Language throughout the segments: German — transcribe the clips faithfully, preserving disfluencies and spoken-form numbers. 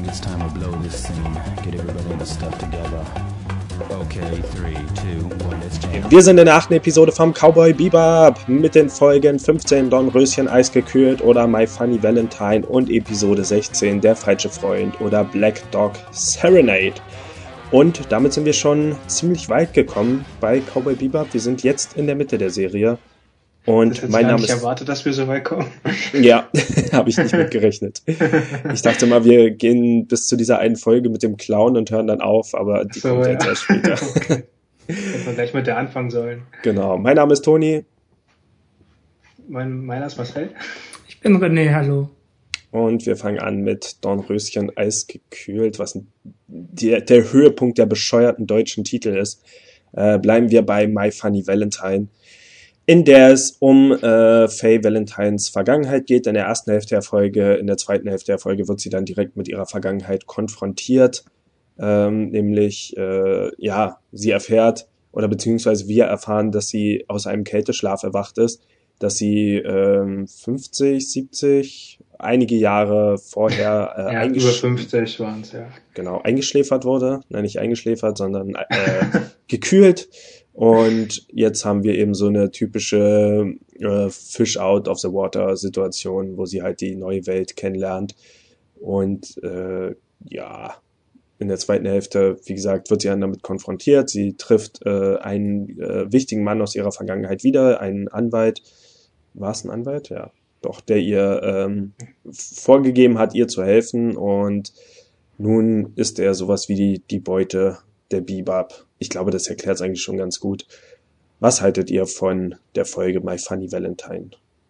think it's time to blow this scene. Get everybody the stuff together. Okay, three, two, one, let's jam. Wir sind in der achten Episode vom Cowboy Bebop mit den Folgen fünfzehn Dornröschen eisgekühlt oder My Funny Valentine und Episode sechzehn Der falsche Freund oder Black Dog Serenade. Und damit sind wir schon ziemlich weit gekommen bei Cowboy Bebop. Wir sind jetzt in der Mitte der Serie. Und mein Name ist... Ich habe nicht erwartet, dass wir so weit kommen. Ja, habe ich nicht mitgerechnet. Ich dachte mal, wir gehen bis zu dieser einen Folge mit dem Clown und hören dann auf, aber die so, kommt ja. jetzt erst später. Okay. Hätten wir gleich mit der anfangen sollen. Genau. Mein Name ist Toni. Mein, meiner ist Marcel. Ich bin René, hallo. Und wir fangen an mit Dornröschen eisgekühlt, was der, der Höhepunkt der bescheuerten deutschen Titel ist. Äh, bleiben wir bei My Funny Valentine, in der es um äh, Faye Valentines Vergangenheit geht. In der ersten Hälfte der Folge, in der zweiten Hälfte der Folge wird sie dann direkt mit ihrer Vergangenheit konfrontiert. Ähm, nämlich, äh, ja, sie erfährt, oder beziehungsweise wir erfahren, dass sie aus einem Kälteschlaf erwacht ist, dass sie ähm, fünfzig, siebzig, einige Jahre vorher äh, ja, eingesch- über fünfzig waren es, ja. Genau, eingeschläfert wurde. Nein, nicht eingeschläfert, sondern äh, gekühlt. Und jetzt haben wir eben so eine typische äh, Fish out of the water Situation, wo sie halt die neue Welt kennenlernt. Und äh, ja, in der zweiten Hälfte, wie gesagt, wird sie dann damit konfrontiert. Sie trifft äh, einen äh, wichtigen Mann aus ihrer Vergangenheit wieder, einen Anwalt. War es ein Anwalt? Ja, doch, der ihr ähm, vorgegeben hat, ihr zu helfen. Und nun ist er sowas wie die, die Beute der Bebop. Ich glaube, das erklärt es eigentlich schon ganz gut. Was haltet ihr von der Folge My Funny Valentine?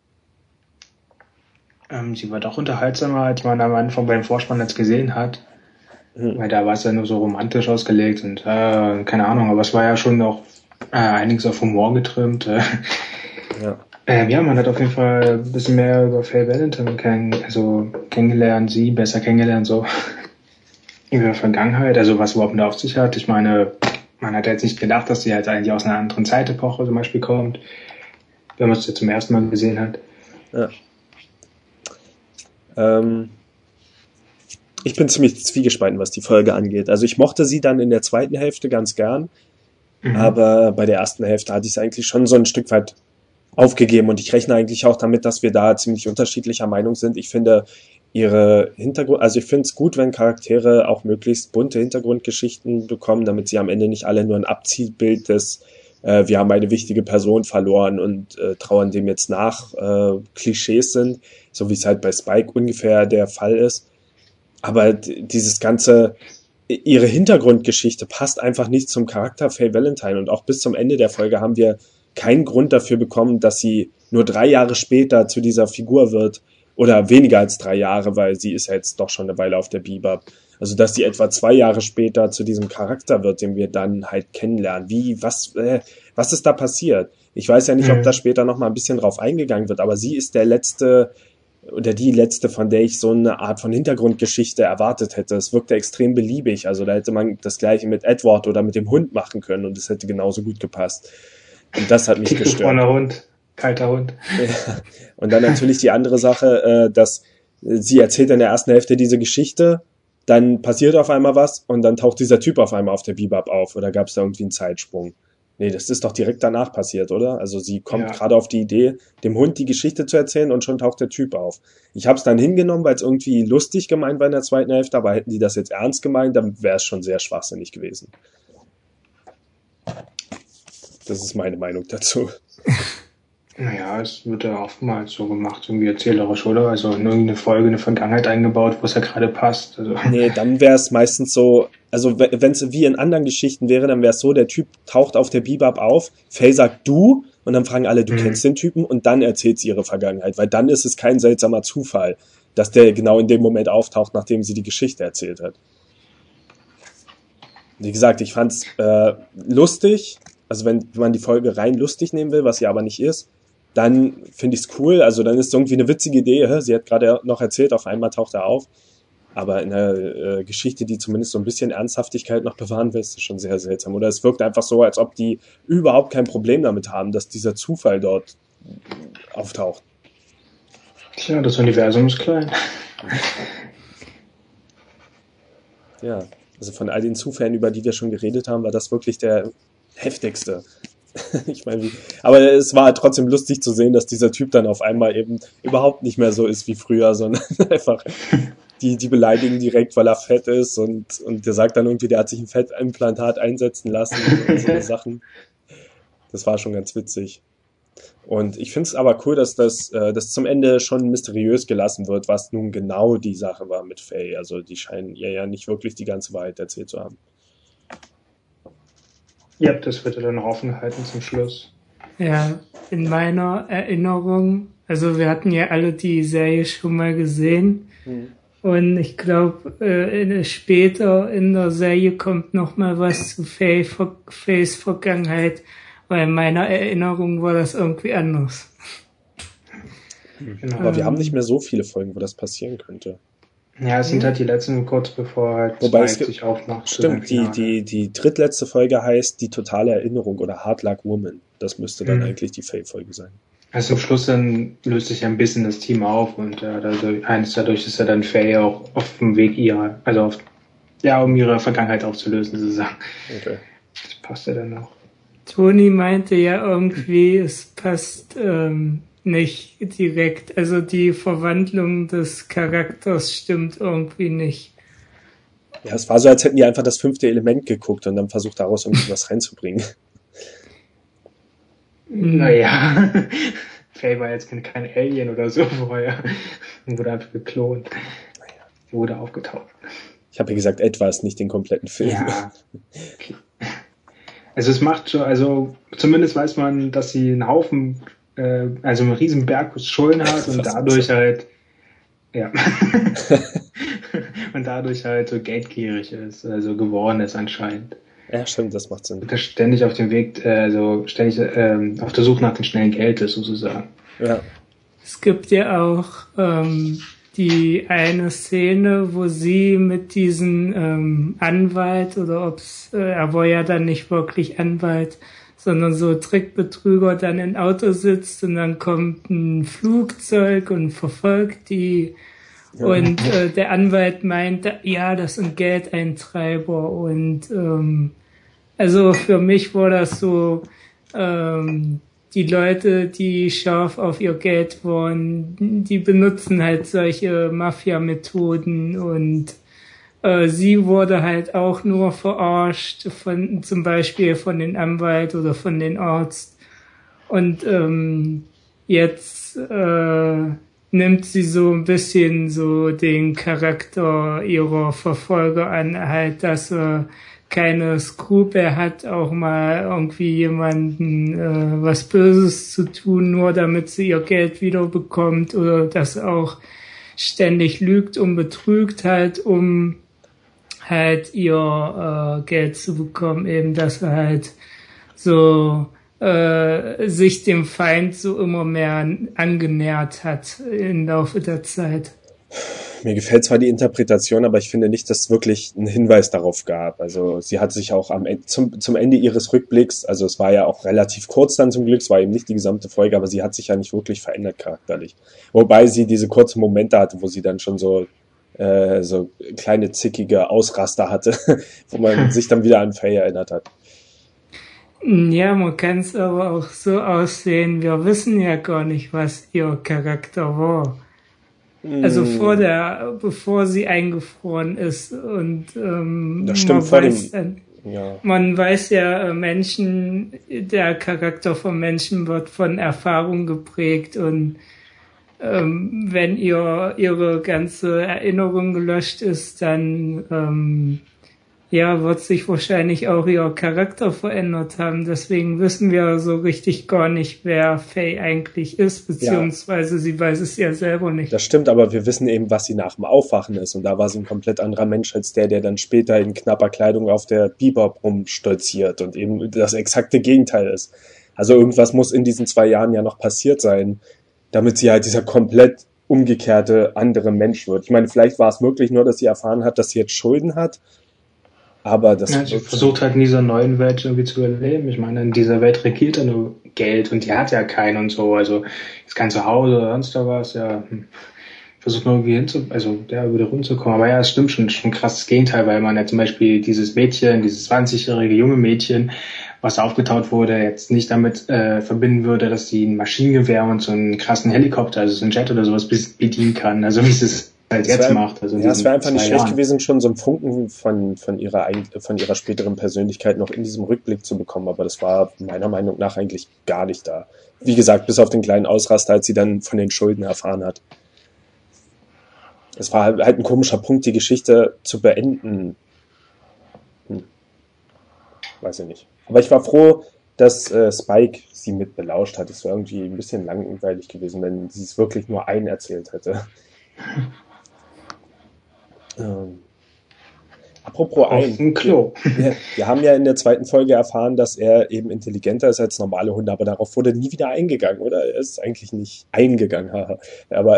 Ähm, sie war doch unterhaltsamer, als man am Anfang beim Vorspann jetzt gesehen hat. Hm. Weil da war es ja nur so romantisch ausgelegt und äh, keine Ahnung, aber es war ja schon noch äh, einiges auf Humor getrimmt. Äh. Ja. Ähm, ja, man hat auf jeden Fall ein bisschen mehr über Faye Valentine kenn- also kennengelernt, sie besser kennengelernt, so über die Vergangenheit, also was überhaupt mit auf sich hat. Ich meine, man hat ja jetzt nicht gedacht, dass sie halt eigentlich aus einer anderen Zeitepoche zum Beispiel kommt, wenn man es jetzt zum ersten Mal gesehen hat. Ja. Ähm, ich bin ziemlich zwiegespalten, was die Folge angeht. Also ich mochte sie dann in der zweiten Hälfte ganz gern, mhm. aber bei der ersten Hälfte hatte ich es eigentlich schon so ein Stück weit aufgegeben und ich rechne eigentlich auch damit, dass wir da ziemlich unterschiedlicher Meinung sind. Ich finde ihre Hintergrund, also ich finde es gut, wenn Charaktere auch möglichst bunte Hintergrundgeschichten bekommen, damit sie am Ende nicht alle nur ein Abziehbild des äh, wir haben eine wichtige Person verloren und äh, trauern dem jetzt nach äh, Klischees sind, so wie es halt bei Spike ungefähr der Fall ist. Aber d- dieses ganze, ihre Hintergrundgeschichte passt einfach nicht zum Charakter Faye Valentine und auch bis zum Ende der Folge haben wir keinen Grund dafür bekommen, dass sie nur drei Jahre später zu dieser Figur wird, oder weniger als drei Jahre, weil sie ist ja jetzt doch schon eine Weile auf der Bebop. Also, dass sie etwa zwei Jahre später zu diesem Charakter wird, den wir dann halt kennenlernen. Wie, was, äh, was ist da passiert? Ich weiß ja nicht, mhm. ob da später noch mal ein bisschen drauf eingegangen wird, aber sie ist der letzte oder die letzte, von der ich so eine Art von Hintergrundgeschichte erwartet hätte. Es wirkte extrem beliebig. Also, da hätte man das Gleiche mit Edward oder mit dem Hund machen können und es hätte genauso gut gepasst. Und das hat mich gestört. Vorne Hund. Kalter Hund. Ja. Und dann natürlich die andere Sache, äh, dass sie erzählt in der ersten Hälfte diese Geschichte, dann passiert auf einmal was und dann taucht dieser Typ auf einmal auf der Bebop auf oder gab es da irgendwie einen Zeitsprung? Nee, das ist doch direkt danach passiert, oder? Also sie kommt Ja. gerade auf die Idee, dem Hund die Geschichte zu erzählen und schon taucht der Typ auf. Ich habe es dann hingenommen, weil es irgendwie lustig gemeint war in der zweiten Hälfte, aber hätten die das jetzt ernst gemeint, dann wäre es schon sehr schwachsinnig gewesen. Das ist meine Meinung dazu. Naja, es wird ja oftmals so gemacht, irgendwie erzählerisch, oder? Also in irgendeine Folge eine Vergangenheit eingebaut, wo es ja gerade passt. Also. Nee, dann wäre es meistens so, also wenn es wie in anderen Geschichten wäre, dann wäre es so, der Typ taucht auf der Bebop auf, Faye sagt du und dann fragen alle, du mhm. kennst den Typen und dann erzählt sie ihre Vergangenheit, weil dann ist es kein seltsamer Zufall, dass der genau in dem Moment auftaucht, nachdem sie die Geschichte erzählt hat. Wie gesagt, ich fand's äh, lustig, also wenn man die Folge rein lustig nehmen will, was sie aber nicht ist, dann finde ich es cool, also dann ist es irgendwie eine witzige Idee, hä? Sie hat gerade noch erzählt, auf einmal taucht er auf, aber in einer äh, Geschichte, die zumindest so ein bisschen Ernsthaftigkeit noch bewahren will, ist das schon sehr seltsam, oder es wirkt einfach so, als ob die überhaupt kein Problem damit haben, dass dieser Zufall dort auftaucht. Tja, das Universum ist klein. Ja, also von all den Zufällen, über die wir schon geredet haben, war das wirklich der heftigste. Ich meine, wie, aber es war trotzdem lustig zu sehen, dass dieser Typ dann auf einmal eben überhaupt nicht mehr so ist wie früher, sondern einfach die, die beleidigen direkt, weil er fett ist und, und der sagt dann irgendwie, der hat sich ein Fettimplantat einsetzen lassen und so Sachen. Das war schon ganz witzig. Und ich finde es aber cool, dass das, äh, das zum Ende schon mysteriös gelassen wird, was nun genau die Sache war mit Faye. Also die scheinen ihr ja nicht wirklich die ganze Wahrheit erzählt zu haben. Ja, das wird ja dann offen gehalten zum Schluss. Ja, in meiner Erinnerung, also wir hatten ja alle die Serie schon mal gesehen. Hm. Und ich glaube, äh, später in der Serie kommt noch mal was zu Faye, Fays Vergangenheit. Weil in meiner Erinnerung war das irgendwie anders. Genau. Aber wir haben nicht mehr so viele Folgen, wo das passieren könnte. Ja, es sind mhm. halt die letzten kurz bevor halt Wobei es sich aufmacht. Stimmt, die, die, die drittletzte Folge heißt Die totale Erinnerung oder Hard Luck Woman. Das müsste dann mhm. eigentlich die Faye-Folge sein. Also zum Schluss dann löst sich ein bisschen das Team auf und äh, dadurch, eines dadurch ist ja dann Faye auch auf dem Weg ihrer, also auf, ja, um ihre Vergangenheit aufzulösen sozusagen. Okay. Das passt ja dann auch. Toni meinte ja irgendwie, es passt ähm, nicht direkt. Also die Verwandlung des Charakters stimmt irgendwie nicht. Ja, es war so, als hätten die einfach das fünfte Element geguckt und dann versucht, daraus irgendwie was reinzubringen. Naja, Faye war jetzt kein Alien oder so vorher. Wurde einfach geklont. Naja, wurde aufgetaucht. Ich habe ja gesagt, etwas, nicht den kompletten Film. Ja. Okay. Also es macht schon, also zumindest weiß man, dass sie einen Haufen, äh, also einen riesen Berg Schulden hat und dadurch halt, ja, und dadurch halt so geldgierig ist, also geworden ist anscheinend. Ja, stimmt, das macht Sinn. Und das ständig auf dem Weg, äh, also ständig ähm, auf der Suche nach dem schnellen Geld ist sozusagen. Ja. Es gibt ja auch ähm, die eine Szene, wo sie mit diesem ähm, Anwalt oder ob's, äh, er war ja dann nicht wirklich Anwalt, sondern so Trickbetrüger dann im Auto sitzt und dann kommt ein Flugzeug und verfolgt die ja. und äh, der Anwalt meint, ja, das sind Geldeintreiber und ähm, also für mich war das so ähm, die Leute, die scharf auf ihr Geld waren, die benutzen halt solche Mafia-Methoden und äh, sie wurde halt auch nur verarscht von, zum Beispiel von den Anwalt oder von den Arzt. Und ähm, jetzt äh, nimmt sie so ein bisschen so den Charakter ihrer Verfolger an, halt, dass er keine Skrupel hat, auch mal irgendwie jemanden äh, was Böses zu tun, nur damit sie ihr Geld wieder bekommt oder dass auch ständig lügt und betrügt halt, um halt ihr äh, Geld zu bekommen, eben dass er halt so äh, sich dem Feind so immer mehr angenähert hat im Laufe der Zeit. Mir gefällt zwar die Interpretation, aber ich finde nicht, dass es wirklich einen Hinweis darauf gab. Also sie hat sich auch am Ende, zum, zum Ende ihres Rückblicks, also es war ja auch relativ kurz dann zum Glück, es war eben nicht die gesamte Folge, aber sie hat sich ja nicht wirklich verändert charakterlich. Wobei sie diese kurzen Momente hatte, wo sie dann schon so äh, so kleine zickige Ausraster hatte, wo man sich dann wieder an Faye erinnert hat. Ja, man kann es aber auch so aussehen, wir wissen ja gar nicht, was ihr Charakter war. Also vor der, bevor sie eingefroren ist und ähm, das stimmt, man vor weiß, dem, ja. man weiß ja, Menschen, der Charakter von Menschen wird von Erfahrung geprägt und ähm, wenn ihr ihre ganze Erinnerung gelöscht ist, dann ähm, ja, wird sich wahrscheinlich auch ihr Charakter verändert haben. Deswegen wissen wir so richtig gar nicht, wer Faye eigentlich ist, beziehungsweise ja. sie weiß es ja selber nicht. Das stimmt, aber wir wissen eben, was sie nach dem Aufwachen ist. Und da war sie ein komplett anderer Mensch als der, der dann später in knapper Kleidung auf der Bebop rumstolziert und eben das exakte Gegenteil ist. Also irgendwas muss in diesen zwei Jahren ja noch passiert sein, damit sie halt dieser komplett umgekehrte andere Mensch wird. Ich meine, vielleicht war es wirklich nur, dass sie erfahren hat, dass sie jetzt Schulden hat. Aber das ja, sie versucht halt in dieser neuen Welt irgendwie zu überleben. Ich meine, in dieser Welt regiert ja nur Geld und die hat ja keinen und so. Also ist kein Zuhause oder sonst was. Ja, versucht noch irgendwie hinzu, also ja, über die Runden zu kommen. Aber ja, es stimmt schon, schon ein krasses Gegenteil, weil man ja zum Beispiel dieses Mädchen, dieses zwanzigjährige junge Mädchen, was aufgetaut wurde, jetzt nicht damit äh, verbinden würde, dass sie ein Maschinengewehr und so einen krassen Helikopter, also so ein Jet oder sowas bedienen kann. Also wie es es halt jetzt wär, macht. Also ja, es wäre einfach nicht schlecht Jahren. gewesen, schon so einen Funken von, von, ihrer, von ihrer späteren Persönlichkeit noch in diesem Rückblick zu bekommen. Aber das war meiner Meinung nach eigentlich gar nicht da. Wie gesagt, bis auf den kleinen Ausraster, als sie dann von den Schulden erfahren hat. Es war halt ein komischer Punkt, die Geschichte zu beenden. Hm. Weiß ich nicht. Aber ich war froh, dass äh, Spike sie mit belauscht hat. Es wäre irgendwie ein bisschen langweilig gewesen, wenn sie es wirklich nur einen erzählt hätte. ähm. Apropos ein. Klo. Wir, wir haben ja in der zweiten Folge erfahren, dass er eben intelligenter ist als normale Hunde, aber darauf wurde nie wieder eingegangen, oder? Er ist eigentlich nicht eingegangen, haha. Aber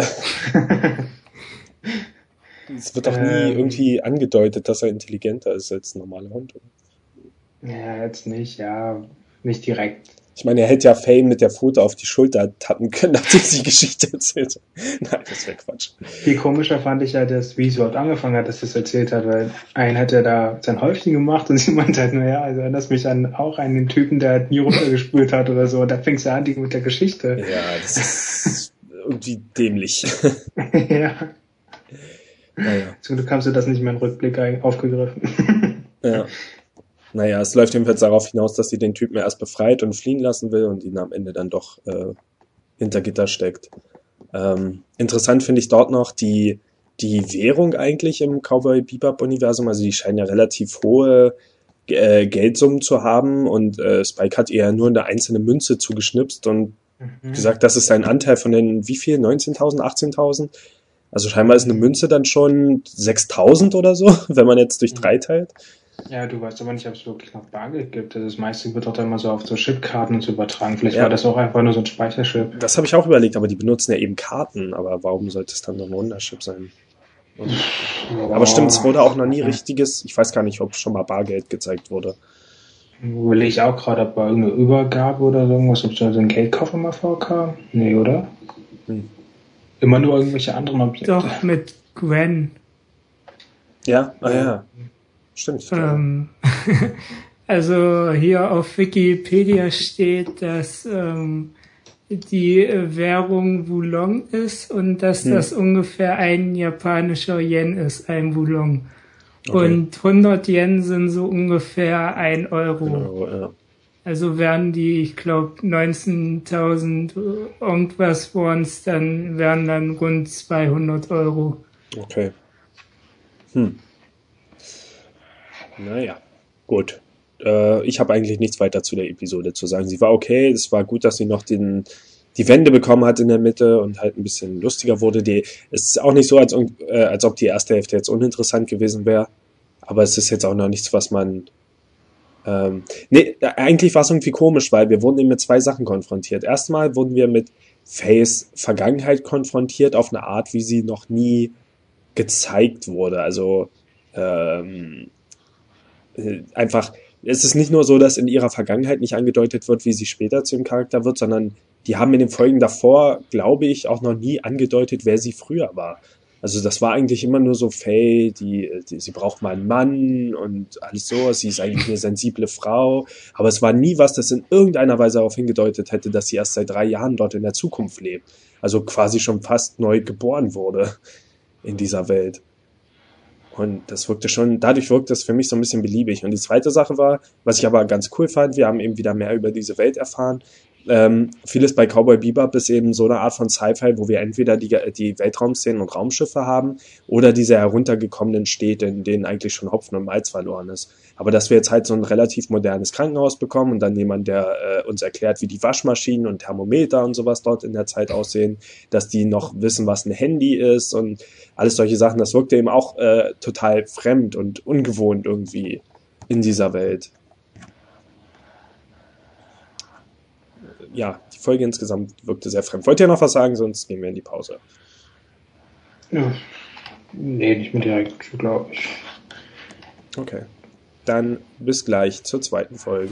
es wird doch nie ähm, irgendwie angedeutet, dass er intelligenter ist als ein normaler Hund, oder? Ja, jetzt nicht, ja, nicht direkt. Ich meine, er hätte ja Faye mit der Pfote auf die Schulter tappen können, nachdem sie die Geschichte erzählt hat. Nein, das wäre Quatsch. Viel komischer fand ich ja, dass, wie es überhaupt angefangen hat, dass das erzählt hat, weil einen hat er da sein Häufchen gemacht und sie meinte halt, naja, also erinnert mich an auch einen Typen, der halt nie runtergespült hat oder so. Und da fängst du an mit der Geschichte. Ja, das ist irgendwie dämlich. Ja. Naja. Zum Glück haben sie das nicht mehr im Rückblick aufgegriffen. Ja. Naja, es läuft jedenfalls darauf hinaus, dass sie den Typen erst befreit und fliehen lassen will und ihn am Ende dann doch äh, hinter Gitter steckt. Ähm, interessant finde ich dort noch die, die Währung eigentlich im Cowboy Bebop-Universum. Also die scheinen ja relativ hohe äh, Geldsummen zu haben und äh, Spike hat ihr nur eine einzelne Münze zugeschnipst und mhm. gesagt, das ist sein Anteil von den, wie viel? neunzehntausend, achtzehntausend? Also scheinbar ist eine Münze dann schon sechstausend oder so, wenn man jetzt durch drei teilt. Ja, du weißt aber nicht, ob es wirklich noch Bargeld gibt. Das meiste wird doch immer so auf so Chipkarten und so übertragen. Vielleicht ja. war das auch einfach nur so ein Speicherchip. Das habe ich auch überlegt, aber die benutzen ja eben Karten. Aber warum sollte es dann so ein Wunderchip sein? Und, ja. Aber stimmt, es wurde auch noch nie richtiges, ich weiß gar nicht, ob schon mal Bargeld gezeigt wurde. Will ich auch gerade, ob bei irgendeine Übergabe oder so irgendwas, ob so ein Geldkoffer mal vorkam? Nee, oder? Hm. Immer nur irgendwelche anderen Objekte. Doch, mit Gwen. Ja, ah ja. Stimmt. Ähm, also hier auf Wikipedia steht, dass ähm, die Währung Wulong ist und dass hm. das ungefähr ein japanischer Yen ist, ein Wulong. Okay. Und hundert Yen sind so ungefähr ein Euro. Ein Euro ja. Also wären die, ich glaube, neunzehntausend irgendwas Wons, dann wären dann rund zweihundert Euro. Okay. Hm. Naja, gut. Äh, ich habe eigentlich nichts weiter zu der Episode zu sagen. Sie war okay, es war gut, dass sie noch den, die Wende bekommen hat in der Mitte und halt ein bisschen lustiger wurde. Die, es ist auch nicht so, als, äh, als ob die erste Hälfte jetzt uninteressant gewesen wäre, aber es ist jetzt auch noch nichts, was man... Ähm, nee, eigentlich war es irgendwie komisch, weil wir wurden eben mit zwei Sachen konfrontiert. Erstmal wurden wir mit Fays Vergangenheit konfrontiert auf eine Art, wie sie noch nie gezeigt wurde. Also ähm, einfach, es ist nicht nur so, dass in ihrer Vergangenheit nicht angedeutet wird, wie sie später zu dem Charakter wird, sondern die haben in den Folgen davor, glaube ich, auch noch nie angedeutet, wer sie früher war. Also das war eigentlich immer nur so Faye, die, die, sie braucht mal einen Mann und alles so, sie ist eigentlich eine sensible Frau, aber es war nie was, das in irgendeiner Weise darauf hingedeutet hätte, dass sie erst seit drei Jahren dort in der Zukunft lebt. Also quasi schon fast neu geboren wurde in dieser Welt. Und das wirkte schon, dadurch wirkte es für mich so ein bisschen beliebig. Und die zweite Sache war, was ich aber ganz cool fand, wir haben eben wieder mehr über diese Welt erfahren. Ähm, vieles bei Cowboy Bebop ist eben so eine Art von Sci-Fi, wo wir entweder die, die Weltraumszenen und Raumschiffe haben oder diese heruntergekommenen Städte, in denen eigentlich schon Hopfen und Malz verloren ist. Aber dass wir jetzt halt so ein relativ modernes Krankenhaus bekommen und dann jemand, der äh, uns erklärt, wie die Waschmaschinen und Thermometer und sowas dort in der Zeit aussehen, dass die noch wissen, was ein Handy ist und alles solche Sachen, das wirkte eben auch äh, total fremd und ungewohnt irgendwie in dieser Welt. Ja, die Folge insgesamt wirkte sehr fremd. Wollt ihr noch was sagen, sonst gehen wir in die Pause. Ja. Nee, nicht mehr direkt, glaube ich. Okay. Dann bis gleich zur zweiten Folge.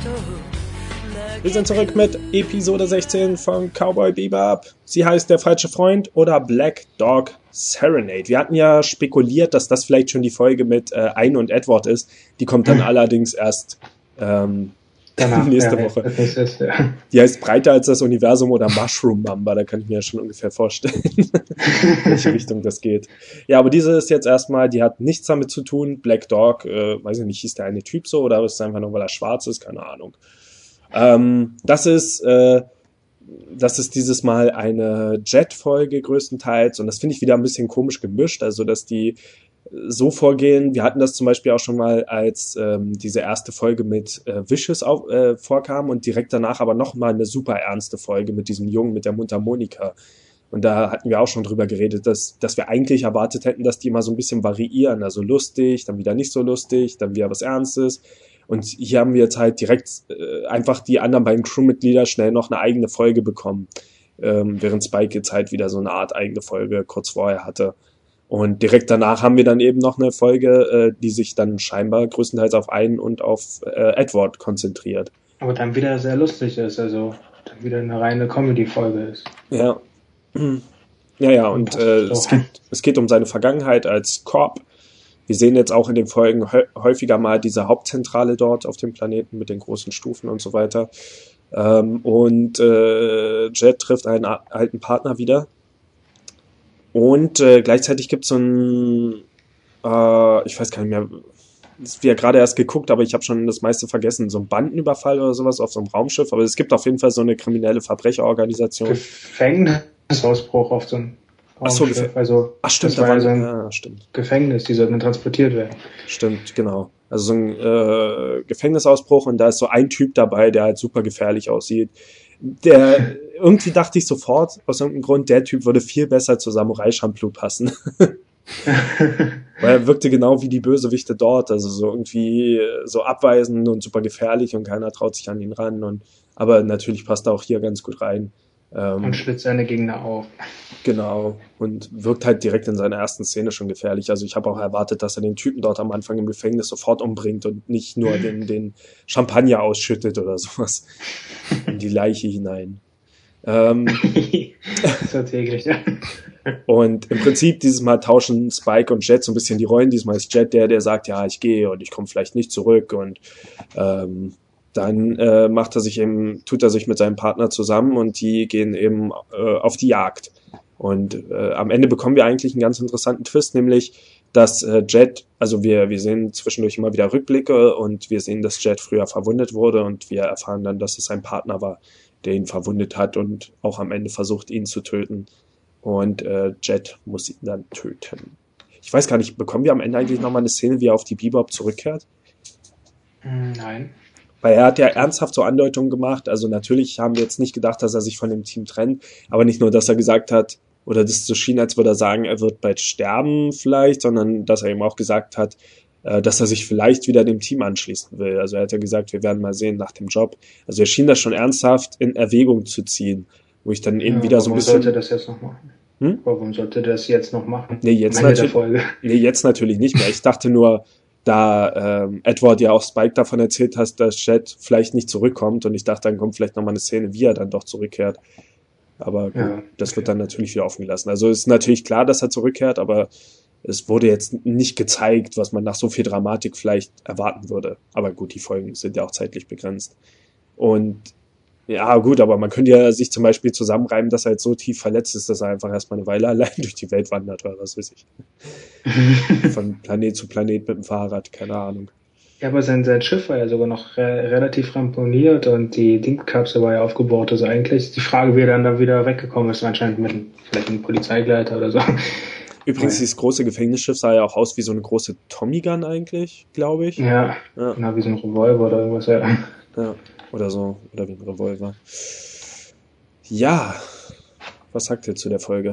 Wir sind zurück mit Episode sechzehn von Cowboy Bebop. Sie heißt Der falsche Freund oder Black Dog Serenade. Wir hatten ja spekuliert, dass das vielleicht schon die Folge mit äh, Ein und Edward ist. Die kommt dann allerdings erst ähm, Danach, nächste ja, Woche. Das ist, ja. Die heißt Breiter als das Universum oder Mushroom Mamba. Da kann ich mir ja schon ungefähr vorstellen, in welche Richtung das geht. Ja, aber diese ist jetzt erstmal, die hat nichts damit zu tun. Black Dog, äh, weiß ich nicht, hieß der eine Typ so oder ist es einfach nur, weil er schwarz ist? Keine Ahnung. Ähm, das ist, äh, das ist dieses Mal eine Jet-Folge größtenteils und das finde ich wieder ein bisschen komisch gemischt, also dass die so vorgehen. Wir hatten das zum Beispiel auch schon mal, als ähm, diese erste Folge mit äh, Vicious auf, äh, vorkam und direkt danach aber nochmal eine super ernste Folge mit diesem Jungen mit der Mundharmonika. Und da hatten wir auch schon drüber geredet, dass, dass wir eigentlich erwartet hätten, dass die immer so ein bisschen variieren, also lustig, dann wieder nicht so lustig, dann wieder was Ernstes. Und hier haben wir jetzt halt direkt äh, einfach die anderen beiden Crewmitglieder schnell noch eine eigene Folge bekommen, ähm, während Spike jetzt halt wieder so eine Art eigene Folge kurz vorher hatte. Und direkt danach haben wir dann eben noch eine Folge, äh, die sich dann scheinbar größtenteils auf einen und auf äh, Edward konzentriert. Aber dann wieder sehr lustig ist, also dann wieder eine reine Comedy-Folge ist. Ja, ja, ja, und äh, es, geht, es geht um seine Vergangenheit als Cop. Wir sehen jetzt auch in den Folgen häufiger mal diese Hauptzentrale dort auf dem Planeten mit den großen Stufen und so weiter. Ähm, und äh, Jet trifft einen alten Partner wieder. Und äh, gleichzeitig gibt es so ein, äh, ich weiß gar nicht mehr, das ist ja gerade erst geguckt, aber ich habe schon das meiste vergessen, so ein Bandenüberfall oder sowas auf so einem Raumschiff. Aber es gibt auf jeden Fall so eine kriminelle Verbrecherorganisation. Gefängnisausbruch auf so einem Ach so, Gef- also, Ach stimmt, das war ja so ein ja, stimmt. Gefängnis, die sollten transportiert werden. Stimmt, genau. Also so ein äh, Gefängnisausbruch und da ist so ein Typ dabei, der halt super gefährlich aussieht. Der, irgendwie dachte ich sofort, aus irgendeinem Grund, der Typ würde viel besser zu Samurai Champloo passen. Weil er wirkte genau wie die Bösewichte dort, also so irgendwie so abweisend und super gefährlich und keiner traut sich an ihn ran. Und aber natürlich passt er auch hier ganz gut rein. Ähm, und schlitzt seine Gegner auf. Genau. Und wirkt halt direkt in seiner ersten Szene schon gefährlich. Also ich habe auch erwartet, dass er den Typen dort am Anfang im Gefängnis sofort umbringt und nicht nur den, den Champagner ausschüttet oder sowas in die Leiche hinein. Ähm, das war täglich, ja. Und im Prinzip dieses Mal tauschen Spike und Jet so ein bisschen die Rollen. Diesmal ist Jet der, der sagt, ja, ich gehe und ich komme vielleicht nicht zurück und ähm, dann äh, macht er sich eben, tut er sich mit seinem Partner zusammen und die gehen eben äh, auf die Jagd. Und äh, am Ende bekommen wir eigentlich einen ganz interessanten Twist, nämlich, dass äh, Jet, also wir wir sehen zwischendurch immer wieder Rückblicke und wir sehen, dass Jet früher verwundet wurde und wir erfahren dann, dass es sein Partner war, der ihn verwundet hat und auch am Ende versucht, ihn zu töten. Und äh, Jet muss ihn dann töten. Ich weiß gar nicht, bekommen wir am Ende eigentlich nochmal eine Szene, wie er auf die Bebop zurückkehrt? Nein. Weil er hat ja ernsthaft so Andeutungen gemacht, also natürlich haben wir jetzt nicht gedacht, dass er sich von dem Team trennt, aber nicht nur, dass er gesagt hat, oder das so schien, als würde er sagen, er wird bald sterben vielleicht, sondern dass er eben auch gesagt hat, dass er sich vielleicht wieder dem Team anschließen will. Also er hat ja gesagt, wir werden mal sehen nach dem Job. Also er schien das schon ernsthaft in Erwägung zu ziehen, wo ich dann eben ja, wieder so ein bisschen... Warum sollte das jetzt noch machen? Hm? Warum sollte das jetzt noch machen? Nee, jetzt, natürlich, nee, jetzt natürlich nicht mehr. Ich dachte nur, da ähm, Edward ja auch Spike davon erzählt hat, dass Jet vielleicht nicht zurückkommt und ich dachte, dann kommt vielleicht nochmal eine Szene, wie er dann doch zurückkehrt. Aber gut, ja, okay. Das wird dann natürlich wieder offen gelassen. Also ist natürlich klar, dass er zurückkehrt, aber es wurde jetzt nicht gezeigt, was man nach so viel Dramatik vielleicht erwarten würde. Aber gut, die Folgen sind ja auch zeitlich begrenzt. Und ja, gut, aber man könnte ja sich zum Beispiel zusammenreimen, dass er jetzt so tief verletzt ist, dass er einfach erstmal eine Weile allein durch die Welt wandert oder was weiß ich. Von Planet zu Planet mit dem Fahrrad, keine Ahnung. Ja, aber sein, sein Schiff war ja sogar noch re- relativ ramponiert und die Dingkapsel war ja aufgebaut. Also eigentlich ist die Frage, wie er dann da wieder weggekommen ist, anscheinend mit einem, vielleicht einem Polizeigleiter oder so. Übrigens, dieses große Gefängnisschiff sah ja auch aus wie so eine große Tommy Gun eigentlich, glaube ich. Ja, ja. Genau, wie so ein Revolver oder irgendwas, ja. Ja, oder so, oder wie ein Revolver. Ja, was sagt ihr zu der Folge?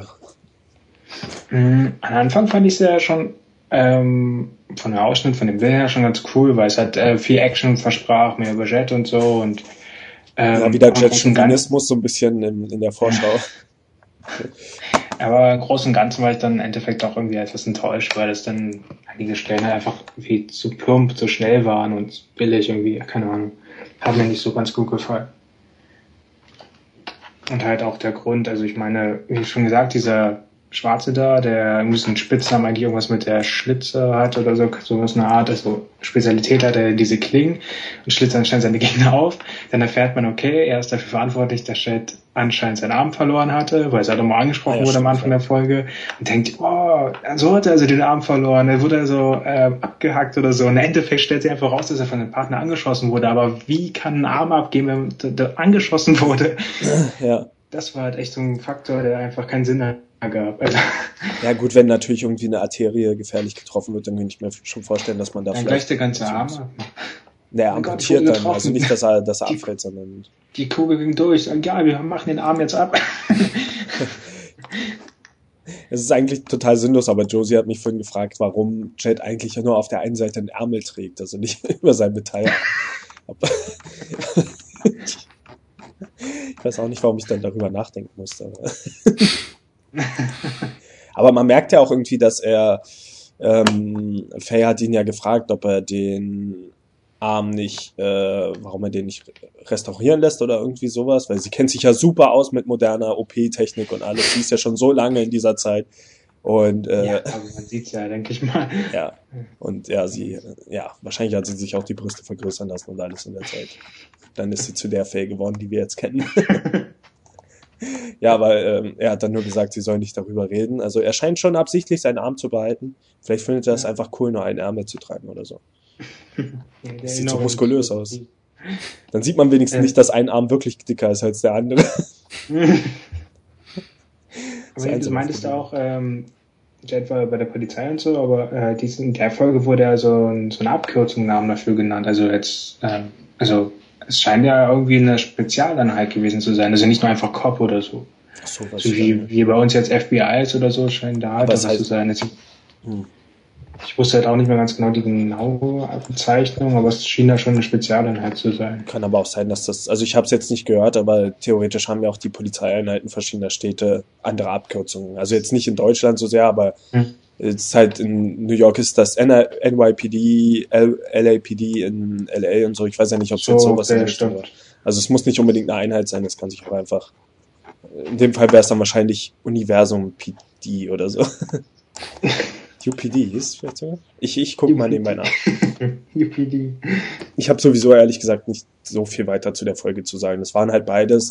Mhm, am Anfang fand ich es ja schon ähm, von der Ausschnitt, von dem Bild her schon ganz cool, weil es halt äh, viel Action versprach, mehr über Jet und so und ähm, ja, wieder Jet-Chauvinismus so ein bisschen in, in der Vorschau. Aber im Großen und Ganzen war ich dann im Endeffekt auch irgendwie etwas enttäuscht, weil es dann einige Stellen halt einfach irgendwie zu plump, zu schnell waren und billig irgendwie, keine Ahnung. hat mir nicht so ganz gut gefallen. Und halt auch der Grund, also ich meine, wie schon gesagt, dieser Schwarze da, der irgendwie so einen Spitznamen eigentlich irgendwas mit der Schlitzer hat oder so, sowas eine Art, also Spezialität hat er diese Klingen und schlitzt anscheinend seine Gegner auf. Dann erfährt man, okay, er ist dafür verantwortlich, dass Chad anscheinend seinen Arm verloren hatte, weil es halt nochmal angesprochen ah, ja, wurde am Anfang der Folge und denkt, oh, so hat er also den Arm verloren, er wurde also äh, abgehackt oder so. Und im Endeffekt stellt sich einfach raus, dass er von dem Partner angeschossen wurde, aber wie kann ein Arm abgeben, wenn der angeschossen wurde? Ja. Das war halt echt so ein Faktor, der einfach keinen Sinn gab. Also, ja gut, wenn natürlich irgendwie eine Arterie gefährlich getroffen wird, dann kann ich mir schon vorstellen, dass man da dann vielleicht... gleich der ganze Arm ab. Naja, Oh Gott, amputiert wurde dann, also getroffen. nicht, dass er, dass er Die- abfällt, sondern... Die Kugel ging durch. Ja, wir machen den Arm jetzt ab. Es ist eigentlich total sinnlos, aber Josie hat mich vorhin gefragt, warum Chad eigentlich nur auf der einen Seite einen Ärmel trägt, also nicht über sein Metall. Aber ich weiß auch nicht, warum ich dann darüber nachdenken musste. Aber, aber man merkt ja auch irgendwie, dass er, ähm, Faye hat ihn ja gefragt, ob er den Arm nicht, äh, warum er den nicht restaurieren lässt oder irgendwie sowas, weil sie kennt sich ja super aus mit moderner O P-Technik und alles. Sie ist ja schon so lange in dieser Zeit. Und äh, Ja, aber man sieht's ja, denke ich mal. ja, und ja, sie, ja, wahrscheinlich hat sie sich auch die Brüste vergrößern lassen und alles in der Zeit. Dann ist sie zu der Faye geworden, die wir jetzt kennen. Ja, aber ähm, er hat dann nur gesagt, sie soll nicht darüber reden. Also er scheint schon absichtlich seinen Arm zu behalten. Vielleicht findet er es Ja. einfach cool, nur einen Ärmel zu tragen oder so. Ja, der Sieht so Erinnerung- muskulös aus. Dann sieht man wenigstens Ja. nicht, dass ein Arm wirklich dicker ist als der andere. Das Aber du einzige meintest Problem. auch, ähm, Jet war bei der Polizei und so, aber äh, dies, in der Folge wurde ja so, ein, so eine Abkürzungsnamen dafür genannt. Also jetzt, ähm, also es scheint ja irgendwie eine Spezialeinheit gewesen zu sein. Also nicht nur einfach Cop oder so. Ach so, was So wie, wie bei uns jetzt F B I ist oder so, scheint da halt Aber es was zu heißt- sein. Also, Hm. ich wusste halt auch nicht mehr ganz genau die genaue Bezeichnung, aber es schien da schon eine Spezialeinheit zu sein. Kann aber auch sein, dass das, also ich habe es jetzt nicht gehört, aber theoretisch haben ja auch die Polizeieinheiten verschiedener Städte andere Abkürzungen. Also jetzt nicht in Deutschland so sehr, aber Hm. es ist halt in New York ist das N Y P D, L A P D in L A und so. Ich weiß ja nicht, ob es jetzt sowas in okay, der Richtung stimmt. war. Also es muss nicht unbedingt eine Einheit sein, das kann sich auch einfach, in dem Fall wäre es dann wahrscheinlich Universum P D oder so. U P D ist vielleicht sogar? Ich, ich gucke mal nebenbei nach. U P D. Ich habe sowieso ehrlich gesagt nicht so viel weiter zu der Folge zu sagen. Es waren halt beides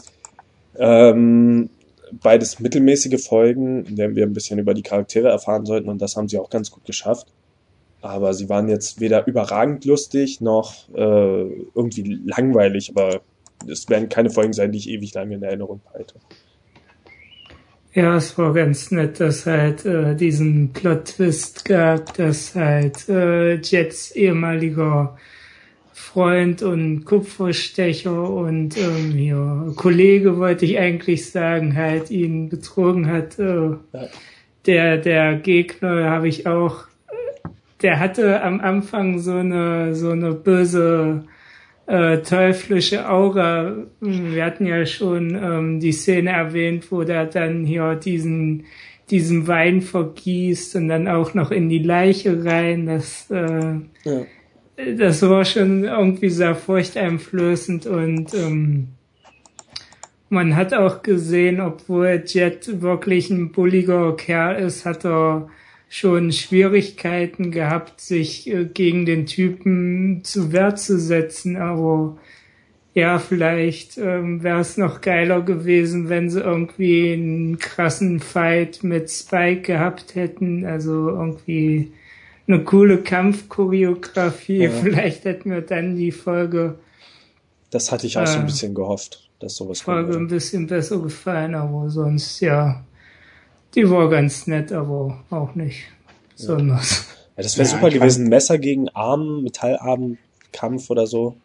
ähm, beides mittelmäßige Folgen, in denen wir ein bisschen über die Charaktere erfahren sollten und das haben sie auch ganz gut geschafft. Aber sie waren jetzt weder überragend lustig noch äh, irgendwie langweilig, aber es werden keine Folgen sein, die ich ewig lange in Erinnerung behalte. Ja, es war ganz nett, dass halt äh, diesen Plot-Twist gab, dass halt äh, Jets ehemaliger Freund und Kupferstecher und ähm, hier Kollege, wollte ich eigentlich sagen, halt ihn betrogen hat. Äh, Ja. Der der Gegner habe ich auch, der hatte am Anfang so eine so eine böse äh, teuflische Aura. Wir hatten ja schon ähm, die Szene erwähnt, wo der dann hier diesen diesen Wein vergießt und dann auch noch in die Leiche rein. Das äh, Ja. das war schon irgendwie sehr furchteinflößend und ähm, man hat auch gesehen, obwohl Jet wirklich ein bulliger Kerl ist, hat er schon Schwierigkeiten gehabt, sich äh, gegen den Typen zu Wehr zu setzen, aber ja, vielleicht ähm, wäre es noch geiler gewesen, wenn sie irgendwie einen krassen Fight mit Spike gehabt hätten, also irgendwie eine coole Kampfchoreografie, Ja. vielleicht hätten wir dann die Folge, Das hatte ich auch so ein Äh, bisschen gehofft, dass sowas kommen Folge ein würde. bisschen besser gefallen, aber sonst, ja, die war ganz nett, aber auch nicht besonders. Ja, das wäre Ja, super ich gewesen, Messer gegen Arm, Metallarm-Kampf oder so.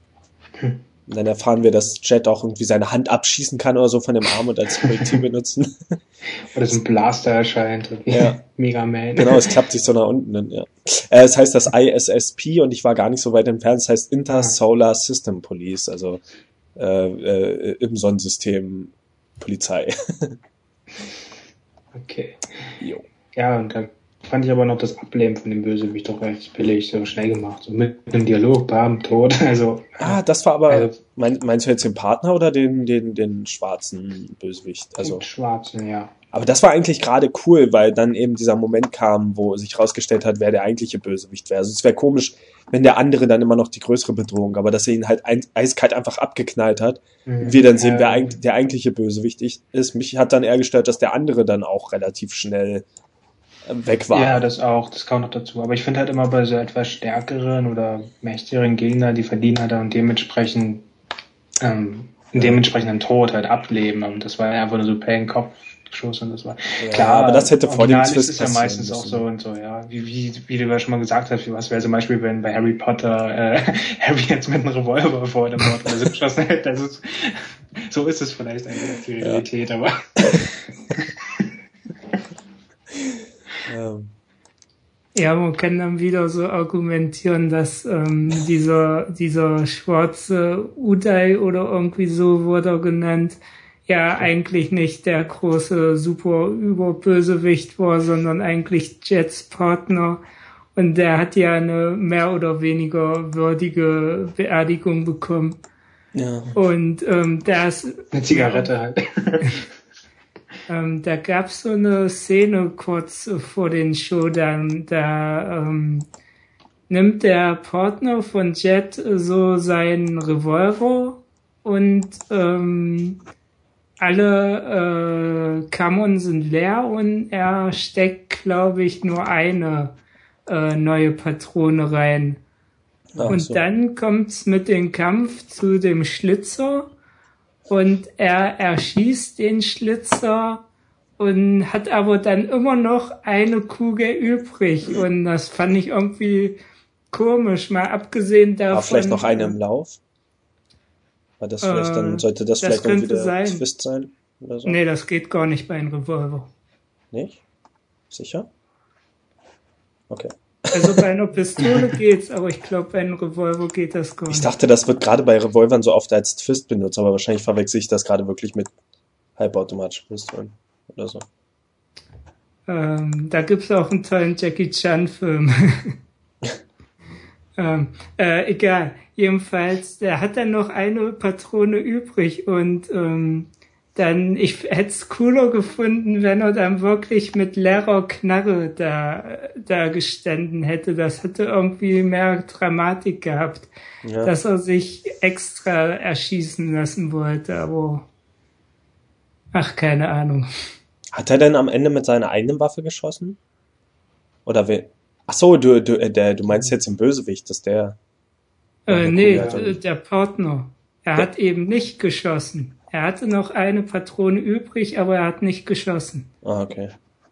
Und dann erfahren wir, dass Jet auch irgendwie seine Hand abschießen kann oder so von dem Arm und als Projektil benutzen. Oder so ein Blaster erscheint. Ja. Mega Man. Genau, es klappt sich so nach unten. Dann, ja. Äh, es heißt das I S S P und ich war gar nicht so weit entfernt. Es heißt Intersolar System Police, also äh, äh, im Sonnensystem Polizei. Okay. Jo. Ja, und da fand ich aber noch das Ableben von dem Bösewicht doch recht billig, so schnell gemacht. So mit einem Dialog, bam, tot. Also, Ah, das war aber, also, mein, meinst du jetzt den Partner oder den, den, den schwarzen Bösewicht? Also, den Schwarzen, ja. aber das war eigentlich gerade cool, weil dann eben dieser Moment kam, wo sich rausgestellt hat, wer der eigentliche Bösewicht wäre. Also es wäre komisch, wenn der andere dann immer noch die größere Bedrohung, aber dass er ihn halt ein, eiskalt einfach abgeknallt hat Mhm. und wir dann sehen, wer Ähm, eigentlich der eigentliche Bösewicht ist. Mich hat dann eher gestört, dass der andere dann auch relativ schnell äh, weg war. Ja, das auch, das kam noch dazu. Aber ich finde halt immer bei so etwas stärkeren oder mächtigeren Gegnern, die verdienen halt dann dementsprechend ähm, einen dementsprechenden Tod halt ableben. Und das war ja einfach nur so Pain Kopfschuss und das war Ja, klar. aber das hätte vor dem original Twist ist es ja passieren meistens auch müssen. so und so, ja. Wie, wie, wie du ja schon mal gesagt hast, wie was wäre zum Beispiel, wenn bei Harry Potter äh, Harry jetzt mit einem Revolver vor dem Mord oder so geschossen hätte. Das ist, so ist es vielleicht eigentlich die Realität, aber Ähm, Ja, man kann dann wieder so argumentieren, dass ähm, dieser dieser schwarze Uday oder irgendwie so wurde er genannt, ja eigentlich nicht der große super Überbösewicht war, sondern eigentlich Jets Partner. Und der hat ja eine mehr oder weniger würdige Beerdigung bekommen. ja. Und ähm, der ist eine Zigarette halt. Ähm, da gab's so eine Szene kurz vor den Showdown, da ähm, nimmt der Partner von Jet so seinen Revolver und ähm, alle äh, Kammern sind leer und er steckt, glaube ich, nur eine äh, neue Patrone rein. Ach Und so. dann kommt's mit dem Kampf zu dem Schlitzer und er erschießt den Schlitzer und hat aber dann immer noch eine Kugel übrig und das fand ich irgendwie komisch, mal abgesehen davon. War vielleicht noch eine im Lauf? War das vielleicht Äh, dann, sollte das, das vielleicht irgendwie könnte der sein. Twist sein? Oder so? Nee, das geht gar nicht bei einem Revolver. Nicht? Sicher? Okay. Also bei einer Pistole geht's, aber ich glaube, bei einem Revolver geht das gar Ich nicht. dachte, das wird gerade bei Revolvern so oft als Twist benutzt, aber wahrscheinlich verwechsel ich das gerade wirklich mit halbautomatischen Pistolen oder so. Ähm, da gibt's auch einen tollen Jackie Chan Film. ähm, äh, egal. Jedenfalls, der hat dann noch eine Patrone übrig und ähm, dann, ich hätte es cooler gefunden, wenn er dann wirklich mit leerer Knarre da, da gestanden hätte. Das hätte irgendwie mehr Dramatik gehabt, Ja. dass er sich extra erschießen lassen wollte, aber ach, keine Ahnung. Hat er denn am Ende mit seiner eigenen Waffe geschossen? Oder wer? Ach so, du, du, äh, der, du meinst jetzt den Bösewicht, dass der. Äh, Ja, nee, cool, ja, äh, der Partner. Er Der- hat eben nicht geschossen. Er hatte noch eine Patrone übrig, aber er hat nicht geschossen. Ah, okay.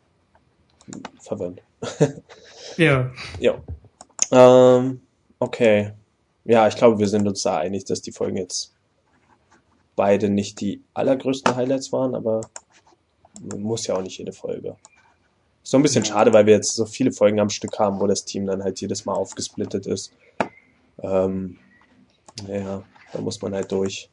Verwirrend. Ja. Ja. Ähm, okay. Ja, ich glaube, wir sind uns da einig, dass die Folgen jetzt beide nicht die allergrößten Highlights waren, aber muss ja auch nicht jede Folge. So ein bisschen Ja. schade, weil wir jetzt so viele Folgen am Stück haben, wo das Team dann halt jedes Mal aufgesplittet ist. Ähm, ja, da muss man halt durch.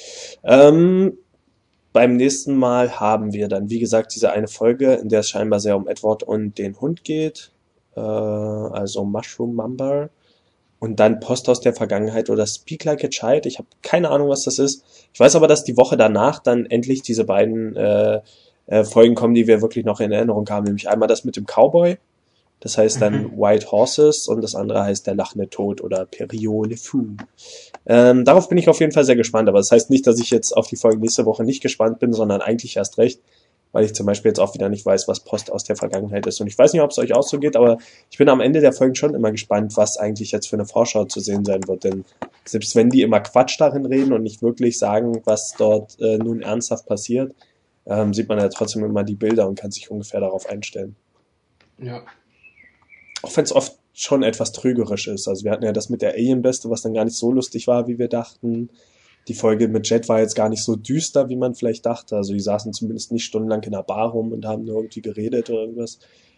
Ähm, beim nächsten Mal haben wir dann, wie gesagt, diese eine Folge, in der es scheinbar sehr um Edward und den Hund geht. Äh, also Mushroom Mamba. Und dann Post aus der Vergangenheit oder Speak Like a Child. Ich habe keine Ahnung, was das ist. Ich weiß aber, dass die Woche danach dann endlich diese beiden äh, äh, Folgen kommen, die wir wirklich noch in Erinnerung haben. Nämlich einmal das mit dem Cowboy. Das heißt dann Mhm. White Horses und das andere heißt Der lachende Tod oder Period le Fou. Ähm, darauf bin ich auf jeden Fall sehr gespannt. Aber das heißt nicht, dass ich jetzt auf die Folgen nächste Woche nicht gespannt bin, sondern eigentlich erst recht, weil ich zum Beispiel jetzt auch wieder nicht weiß, was Post aus der Vergangenheit ist. Und ich weiß nicht, ob es euch auch so geht, aber ich bin am Ende der Folgen schon immer gespannt, was eigentlich jetzt für eine Vorschau zu sehen sein wird. Denn selbst wenn die immer Quatsch darin reden und nicht wirklich sagen, was dort äh, nun ernsthaft passiert, ähm, sieht man ja trotzdem immer die Bilder und kann sich ungefähr darauf einstellen. Ja. Auch wenn es oft schon etwas trügerisch ist. Also wir hatten ja das mit der Alien-Beste, was dann gar nicht so lustig war, wie wir dachten. Die Folge mit Jet war jetzt gar nicht so düster, wie man vielleicht dachte. Also die saßen zumindest nicht stundenlang in der Bar rum und haben nur irgendwie geredet oder irgendwas.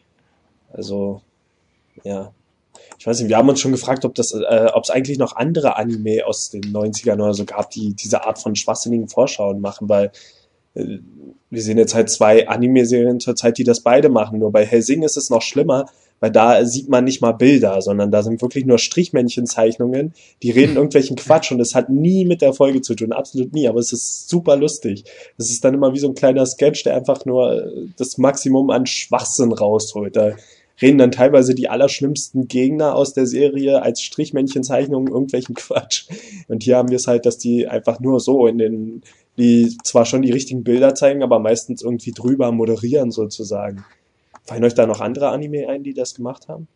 Also, ja. Ich weiß nicht, wir haben uns schon gefragt, ob das, äh, ob es eigentlich noch andere Anime aus den neunzigern oder so gab, die diese Art von schwachsinnigen Vorschauen machen, weil äh, wir sehen jetzt halt zwei Anime-Serien zurzeit, die das beide machen. Nur bei Hellsing ist es noch schlimmer, weil da sieht man nicht mal Bilder, sondern da sind wirklich nur Strichmännchenzeichnungen, die reden irgendwelchen Quatsch und es hat nie mit der Folge zu tun, absolut nie, aber es ist super lustig. Es ist dann immer wie so ein kleiner Sketch, der einfach nur das Maximum an Schwachsinn rausholt. Da reden dann teilweise die allerschlimmsten Gegner aus der Serie als Strichmännchenzeichnungen irgendwelchen Quatsch. Und hier haben wir es halt, dass die einfach nur so in den, die zwar schon die richtigen Bilder zeigen, aber meistens irgendwie drüber moderieren sozusagen. Fallen euch da noch andere Anime ein, die das gemacht haben?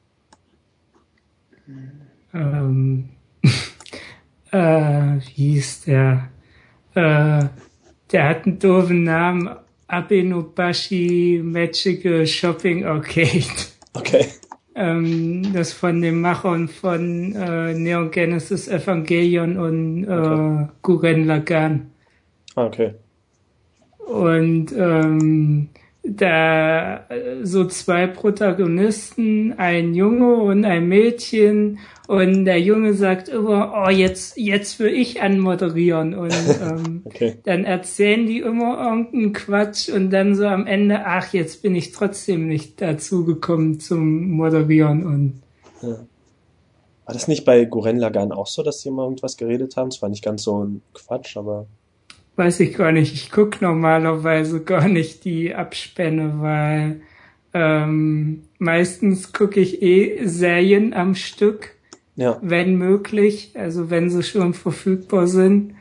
Ähm, äh, wie hieß der? Äh, der hat einen doofen Namen. Abenobashi Magical Shopping Arcade. Okay. Ähm, das von den Machern von äh, Neon Genesis Evangelion und äh, Okay. Gurren Lagann. Ah, okay. Und ähm, da äh, so zwei Protagonisten, ein Junge und ein Mädchen, und der Junge sagt immer, oh, jetzt jetzt will ich anmoderieren, und ähm, Okay. dann erzählen die immer irgendeinen Quatsch und dann so am Ende, ach, jetzt bin ich trotzdem nicht dazu gekommen zum Moderieren. Und Ja. War das nicht bei Gurren Lagann auch so, dass die immer irgendwas geredet haben? Es war nicht ganz so ein Quatsch, aber weiß ich gar nicht, ich gucke normalerweise gar nicht die Abspänne, weil ähm, meistens gucke ich eh Serien am Stück, ja. wenn möglich, also wenn sie schon verfügbar sind.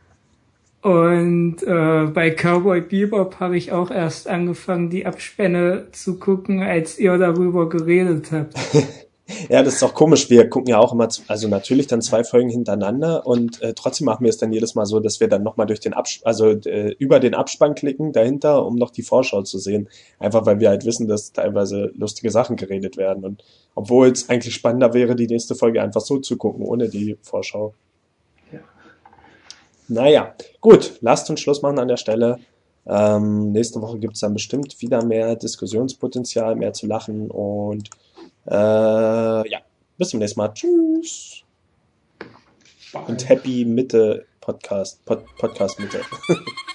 Und äh, bei Cowboy Bebop habe ich auch erst angefangen, die Abspänne zu gucken, als ihr darüber geredet habt. Ja, das ist auch komisch. Wir gucken ja auch immer, z- also natürlich dann zwei Folgen hintereinander und äh, trotzdem machen wir es dann jedes Mal so, dass wir dann nochmal durch den Abspann, also äh, über den Abspann klicken dahinter, um noch die Vorschau zu sehen. Einfach weil wir halt wissen, dass teilweise lustige Sachen geredet werden. Und obwohl es eigentlich spannender wäre, die nächste Folge einfach so zu gucken, ohne die Vorschau. Ja. Naja, gut, lasst uns Schluss machen an der Stelle. Ähm, nächste Woche gibt's dann bestimmt wieder mehr Diskussionspotenzial, mehr zu lachen und äh, ja, bis zum nächsten Mal. Tschüss. Und Happy Mitte Podcast, Pod, Podcast Mitte.